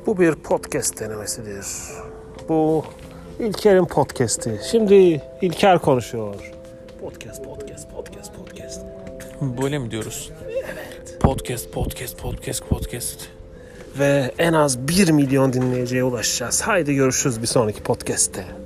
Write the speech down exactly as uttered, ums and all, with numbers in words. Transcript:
Bu bir podcast denemesidir. Bu İlker'in podcast'i. Şimdi İlker konuşuyor. Podcast, podcast, podcast, podcast. Böyle mi diyoruz? Evet. Podcast, podcast, podcast, podcast. Ve en az bir milyon dinleyiciye ulaşacağız. Haydi görüşürüz bir sonraki podcast'te.